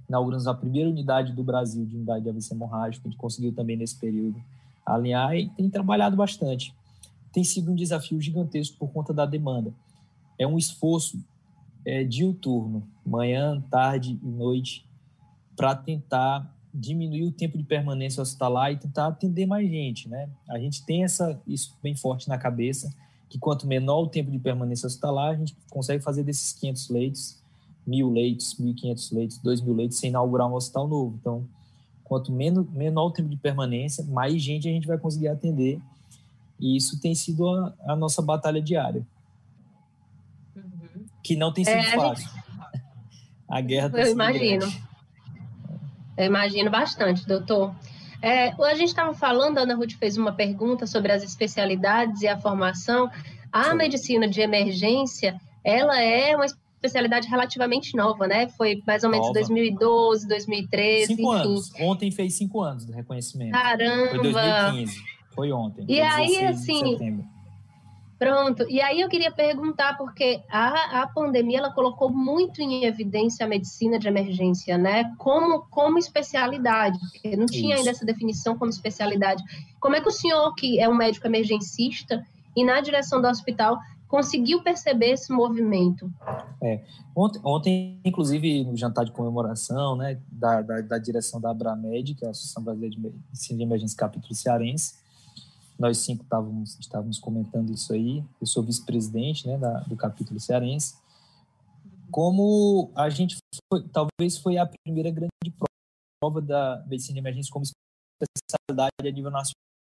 Speaker 3: inauguramos a primeira unidade do Brasil de unidade de A V C hemorrágico, a gente conseguiu também nesse período alinhar e tem trabalhado bastante. Tem sido um desafio gigantesco por conta da demanda. É um esforço é, diuturno, manhã, tarde e noite, para tentar diminuir o tempo de permanência hospitalar e tentar atender mais gente, né? A gente tem essa, isso bem forte na cabeça, que quanto menor o tempo de permanência hospitalar, a gente consegue fazer desses quinhentos leitos, mil leitos, mil e quinhentos leitos, dois mil leitos, sem inaugurar um hospital novo. Então, quanto menos, menor o tempo de permanência, mais gente a gente vai conseguir atender. E isso tem sido a, a nossa batalha diária. Uhum. Que não tem sido é, fácil. A, gente... a guerra tem
Speaker 2: Eu
Speaker 3: sido
Speaker 2: imagino.
Speaker 3: grande.
Speaker 2: Eu imagino bastante, doutor. É, a gente estava falando, a Ana Ruth fez uma pergunta sobre as especialidades e a formação. A Sim. medicina de emergência, ela é uma especialidade relativamente nova, né? Foi mais ou menos nova. dois mil e doze, dois mil e treze,
Speaker 3: Cinco
Speaker 2: enfim.
Speaker 3: anos. Ontem fez cinco anos do reconhecimento.
Speaker 2: Caramba!
Speaker 3: Foi dois mil e quinze. Foi ontem.
Speaker 2: E
Speaker 3: foi
Speaker 2: aí, assim...
Speaker 3: de setembro.
Speaker 2: Pronto. E aí eu queria perguntar, porque a, a pandemia ela colocou muito em evidência a medicina de emergência, né? Como, como especialidade, porque não tinha
Speaker 3: Isso.
Speaker 2: ainda essa definição como especialidade. Como é que o senhor, que é um médico emergencista e na direção do hospital, conseguiu perceber esse movimento?
Speaker 3: É, ontem, ontem, inclusive, no jantar de comemoração, né, da, da, da direção da Abramed, que é a Associação Brasileira de Medicina de Emergência Capítulo Cearense, nós cinco estávamos, estávamos comentando isso aí, eu sou vice-presidente, né, da, do capítulo cearense, como a gente foi, talvez foi a primeira grande prova da medicina de emergência como especialidade a nível nacional.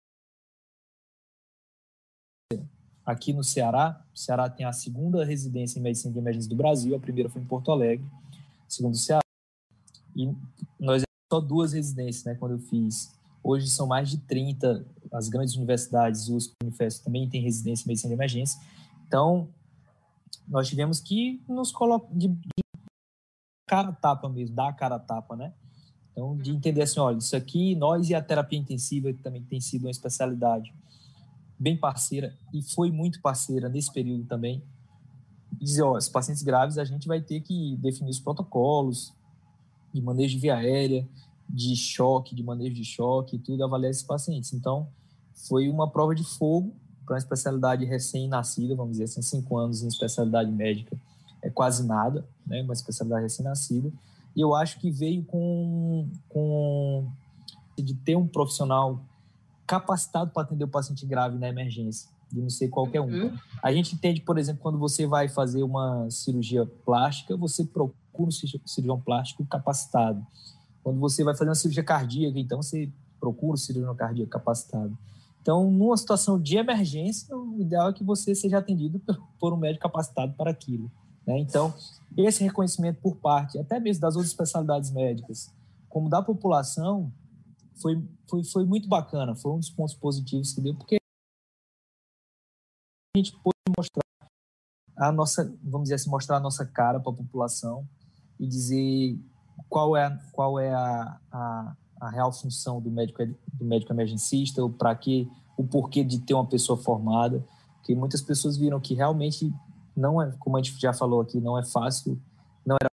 Speaker 3: Aqui no Ceará, o Ceará tem a segunda residência em medicina de emergência do Brasil, a primeira foi em Porto Alegre, a segunda o Ceará, e nós éramos só duas residências, né, quando eu fiz. Hoje são mais de trinta, as grandes universidades, o U S P, Unifesp também tem residência em medicina de emergência. Então, nós tivemos que nos colocar de, de cara a tapa mesmo, dar a cara a tapa, né? Então, de entender assim, olha, isso aqui, nós e a terapia intensiva, que também tem sido uma especialidade bem parceira, e foi muito parceira nesse período também, dizer, ó, os pacientes graves, a gente vai ter que definir os protocolos de manejo de via aérea, de choque, de manejo de choque e tudo, avaliar esses pacientes. Então, foi uma prova de fogo para uma especialidade recém-nascida, vamos dizer assim, cinco anos em especialidade médica é quase nada, né, uma especialidade recém-nascida, e eu acho que veio com, com de ter um profissional capacitado para atender o paciente grave na emergência, de não ser qualquer um. Uhum. A gente entende, por exemplo, quando você vai fazer uma cirurgia plástica, você procura um cirurgião plástico capacitado. Quando você vai fazer uma cirurgia cardíaca, então você procura um cirurgião cardíaco capacitado. Então, numa situação de emergência, o ideal é que você seja atendido por um médico capacitado para aquilo, né? Então, esse reconhecimento por parte, até mesmo das outras especialidades médicas, como da população, foi, foi, foi muito bacana, foi um dos pontos positivos que deu, porque a gente pôde mostrar a nossa, vamos dizer assim, mostrar a nossa cara para a população e dizer qual é, qual é a, a, a real função do médico, do médico emergencista, para que, o porquê de ter uma pessoa formada, porque muitas pessoas viram que realmente não é, como a gente já falou aqui, não é fácil, não era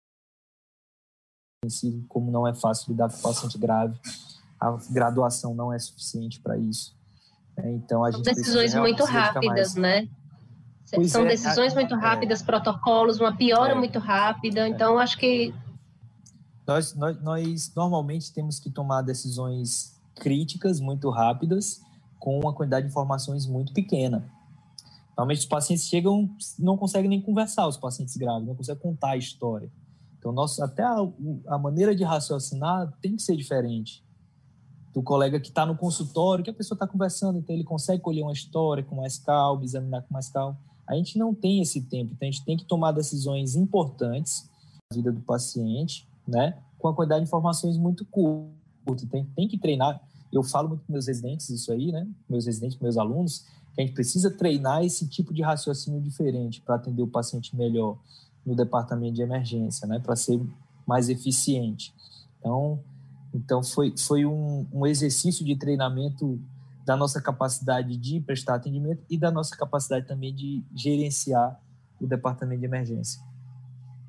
Speaker 3: como não é fácil lidar com paciente grave, a graduação não é suficiente para isso. Então, a gente
Speaker 2: São decisões muito rápidas, né?
Speaker 3: Pois
Speaker 2: São
Speaker 3: é,
Speaker 2: decisões
Speaker 3: a,
Speaker 2: muito rápidas, é, protocolos, uma piora é, muito rápida, então é. acho que...
Speaker 3: Nós, nós, nós normalmente temos que tomar decisões críticas muito rápidas com uma quantidade de informações muito pequena. Normalmente os pacientes chegam, não conseguem nem conversar, os pacientes graves, não conseguem contar a história. Então, nosso, até a, a maneira de raciocinar tem que ser diferente do colega que está no consultório, que a pessoa está conversando, então ele consegue colher uma história com mais calma, examinar com mais calma. A gente não tem esse tempo, então a gente tem que tomar decisões importantes na vida do paciente, né, com a quantidade de informações muito curta. Tem, tem que treinar. Eu falo muito com meus residentes isso aí, né, meus residentes, meus alunos, que a gente precisa treinar esse tipo de raciocínio diferente para atender o paciente melhor no departamento de emergência, né, para ser mais eficiente. Então, então foi, foi um, um exercício de treinamento da nossa capacidade de prestar atendimento e da nossa capacidade também de gerenciar o departamento de emergência.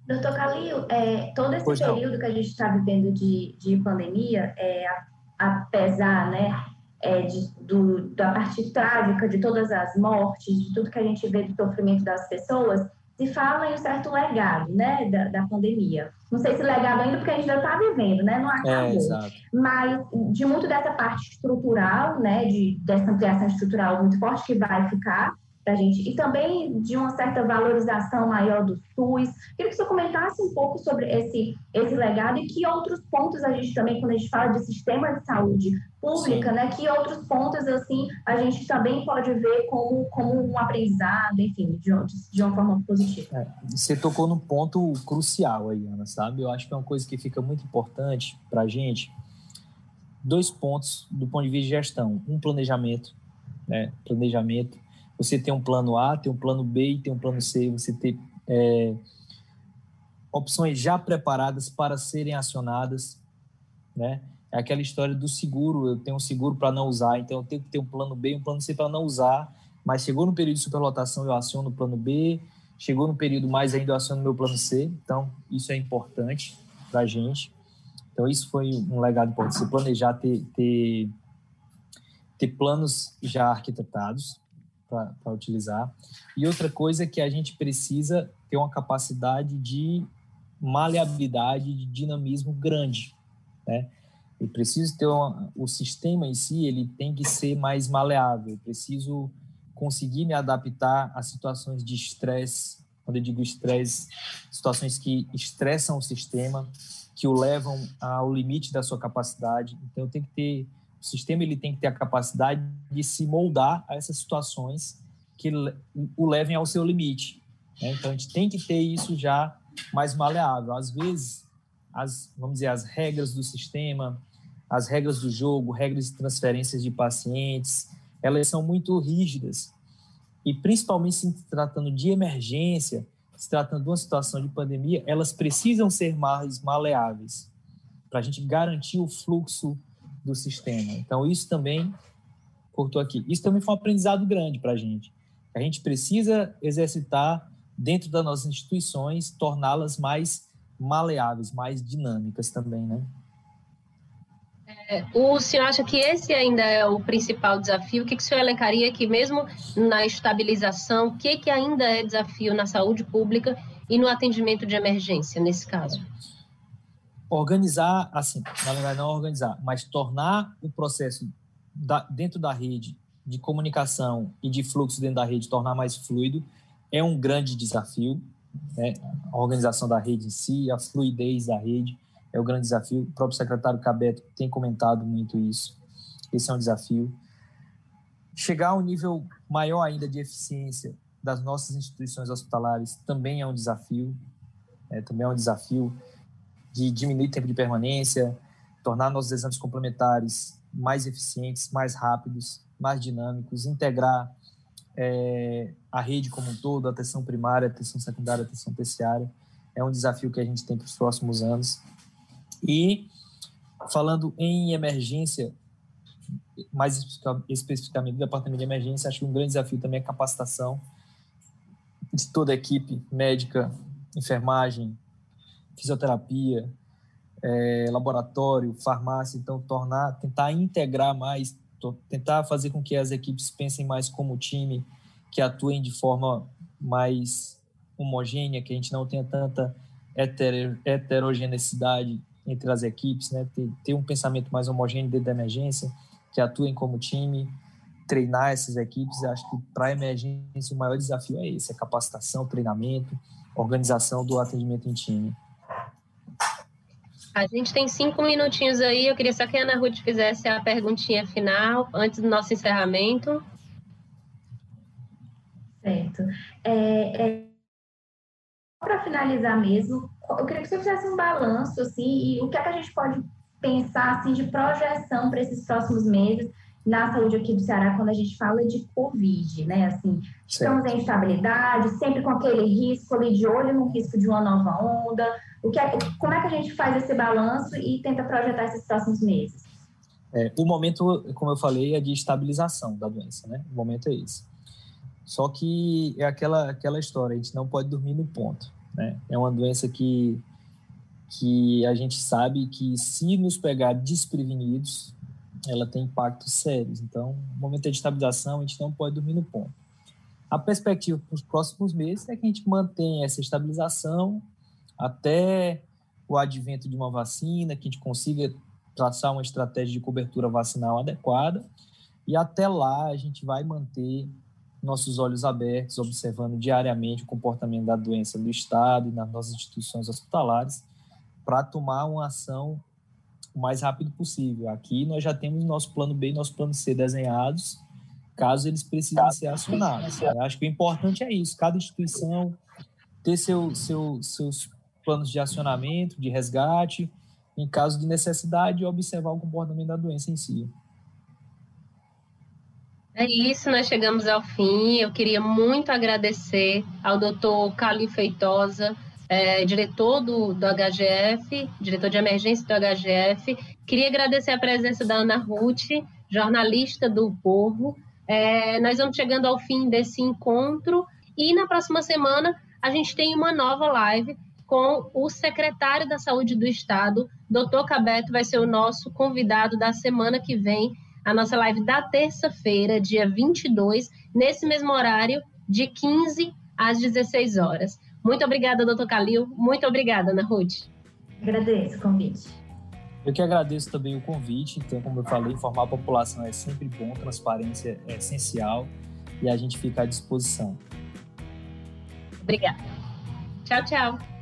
Speaker 4: Doutor Calil, é, todo esse
Speaker 3: Pois não.
Speaker 4: período que a gente está vivendo de, de pandemia, é, apesar, né, é, de, do, da parte trágica de todas as mortes, de tudo que a gente vê do sofrimento das pessoas, se fala em um certo legado, né, da, da pandemia. Não sei se legado ainda, porque a gente ainda está vivendo, né, não acabou.
Speaker 3: É, exato.
Speaker 4: Mas de muito dessa parte estrutural, né, de, dessa ampliação estrutural muito forte que vai ficar para a gente, e também de uma certa valorização maior do SUS. Queria que o senhor comentasse um pouco sobre esse, esse legado e que outros pontos a gente também, quando a gente fala de sistema de saúde pública, né, que outros pontos, assim, a gente também pode ver como, como um aprendizado, enfim, de, de uma forma positiva.
Speaker 3: É, você tocou num ponto crucial aí, Ana, sabe? Eu acho que é uma coisa que fica muito importante para a gente. Dois pontos do ponto de vista de gestão. Um, planejamento, né? Planejamento. Você tem um plano A, tem um plano B e tem um plano C. Você tem é, opções já preparadas para serem acionadas, né? É aquela história do seguro. Eu tenho um seguro para não usar, então eu tenho que ter um plano B e um plano C para não usar. Mas chegou no período de superlotação, eu aciono o plano B. Chegou no período mais ainda, eu aciono o meu plano C. Então, isso é importante para a gente. Então, isso foi um legado importante. Você planejar ter, ter, ter planos já arquitetados para utilizar. E outra coisa é que a gente precisa ter uma capacidade de maleabilidade, de dinamismo grande, né? Eu preciso ter uma, o sistema em si, ele tem que ser mais maleável. Eu preciso conseguir me adaptar a situações de estresse. Quando eu digo estresse, situações que estressam o sistema, que o levam ao limite da sua capacidade. Então, eu tenho que ter o sistema, ele tem que ter a capacidade de se moldar a essas situações que o levem ao seu limite, né? Então, a gente tem que ter isso já mais maleável. Às vezes, as, vamos dizer, as regras do sistema, as regras do jogo, regras de transferências de pacientes, elas são muito rígidas. E, principalmente se tratando de emergência, se tratando de uma situação de pandemia, elas precisam ser mais maleáveis para a gente garantir o fluxo do sistema. Então, isso também, cortou aqui, isso também foi um aprendizado grande para a gente. A gente precisa exercitar dentro das nossas instituições, torná-las mais maleáveis, mais dinâmicas também, né?
Speaker 2: É, o senhor acha que esse ainda é o principal desafio? O que, que o senhor elencaria que mesmo na estabilização, o que, que ainda é desafio na saúde pública e no atendimento de emergência, nesse caso?
Speaker 3: Organizar, assim, na verdade não organizar, mas tornar o processo da, dentro da rede de comunicação e de fluxo dentro da rede, tornar mais fluido, é um grande desafio, né? A organização da rede em si, a fluidez da rede é o grande desafio. O próprio secretário Cabeto tem comentado muito isso. Esse é um desafio. Chegar a um nível maior ainda de eficiência das nossas instituições hospitalares também é um desafio, é, também é um desafio de diminuir o tempo de permanência, tornar nossos exames complementares mais eficientes, mais rápidos, mais dinâmicos, integrar é, a rede como um todo, a atenção primária, a atenção secundária, a atenção terciária. É um desafio que a gente tem para os próximos anos. E, falando em emergência, mais especificamente do departamento de emergência, acho que um grande desafio também é a capacitação de toda a equipe médica, enfermagem, fisioterapia, é, laboratório, farmácia. Então, tornar, tentar integrar mais, tentar fazer com que as equipes pensem mais como time, que atuem de forma mais homogênea, que a gente não tenha tanta heterogeneidade entre as equipes, né? Ter, ter um pensamento mais homogêneo dentro da emergência, que atuem como time, treinar essas equipes. Eu acho que para a emergência o maior desafio é esse, a capacitação, treinamento, organização do atendimento em time.
Speaker 2: A gente tem cinco minutinhos aí, eu queria só que a Ana Ruth fizesse a perguntinha final, antes do nosso encerramento.
Speaker 4: Certo. É, é, para finalizar mesmo, eu queria que você fizesse um balanço, assim, e o que é que a gente pode pensar, assim, de projeção para esses próximos meses na saúde aqui do Ceará, quando a gente fala de Covid, né? Assim, estamos em instabilidade, sempre com aquele risco ali, de olho no risco de uma nova onda. O que é, como é que a gente faz esse balanço e tenta projetar esses próximos meses?
Speaker 3: É, o momento, como eu falei, é de estabilização da doença, né? O momento é esse. Só que é aquela, aquela história, a gente não pode dormir no ponto. né? É uma doença que, que a gente sabe que, se nos pegar desprevenidos, ela tem impactos sérios. Então, no momento de estabilização, a gente não pode dormir no ponto. A perspectiva para os próximos meses é que a gente mantenha essa estabilização até o advento de uma vacina, que a gente consiga traçar uma estratégia de cobertura vacinal adequada, e até lá a gente vai manter nossos olhos abertos, observando diariamente o comportamento da doença no Estado e nas nossas instituições hospitalares, para tomar uma ação o mais rápido possível. Aqui nós já temos nosso plano B e nosso plano C desenhados, caso eles precisem ser acionados. Eu acho que o importante é isso, cada instituição ter seu, seu, seus planos de acionamento, de resgate, em caso de necessidade, observar o comportamento da doença em si.
Speaker 2: É isso, nós chegamos ao fim. Eu queria muito agradecer ao doutor Calil Feitosa, é, diretor do, do H G F, diretor de emergência do H G F. Queria agradecer a presença da Ana Ruth, jornalista do Povo. É, nós vamos chegando ao fim desse encontro e na próxima semana a gente tem uma nova live com o secretário da Saúde do Estado, doutor Cabeto, vai ser o nosso convidado da semana que vem, a nossa live da terça-feira, dia vinte e dois, nesse mesmo horário, de quinze às dezesseis horas. Muito obrigada, doutor Calil. Muito obrigada, Ana Ruth.
Speaker 4: Agradeço o convite.
Speaker 3: Eu que agradeço também o convite. Então, como eu falei, informar a população é sempre bom, transparência é essencial e a gente fica à disposição.
Speaker 2: Obrigada. Tchau, tchau.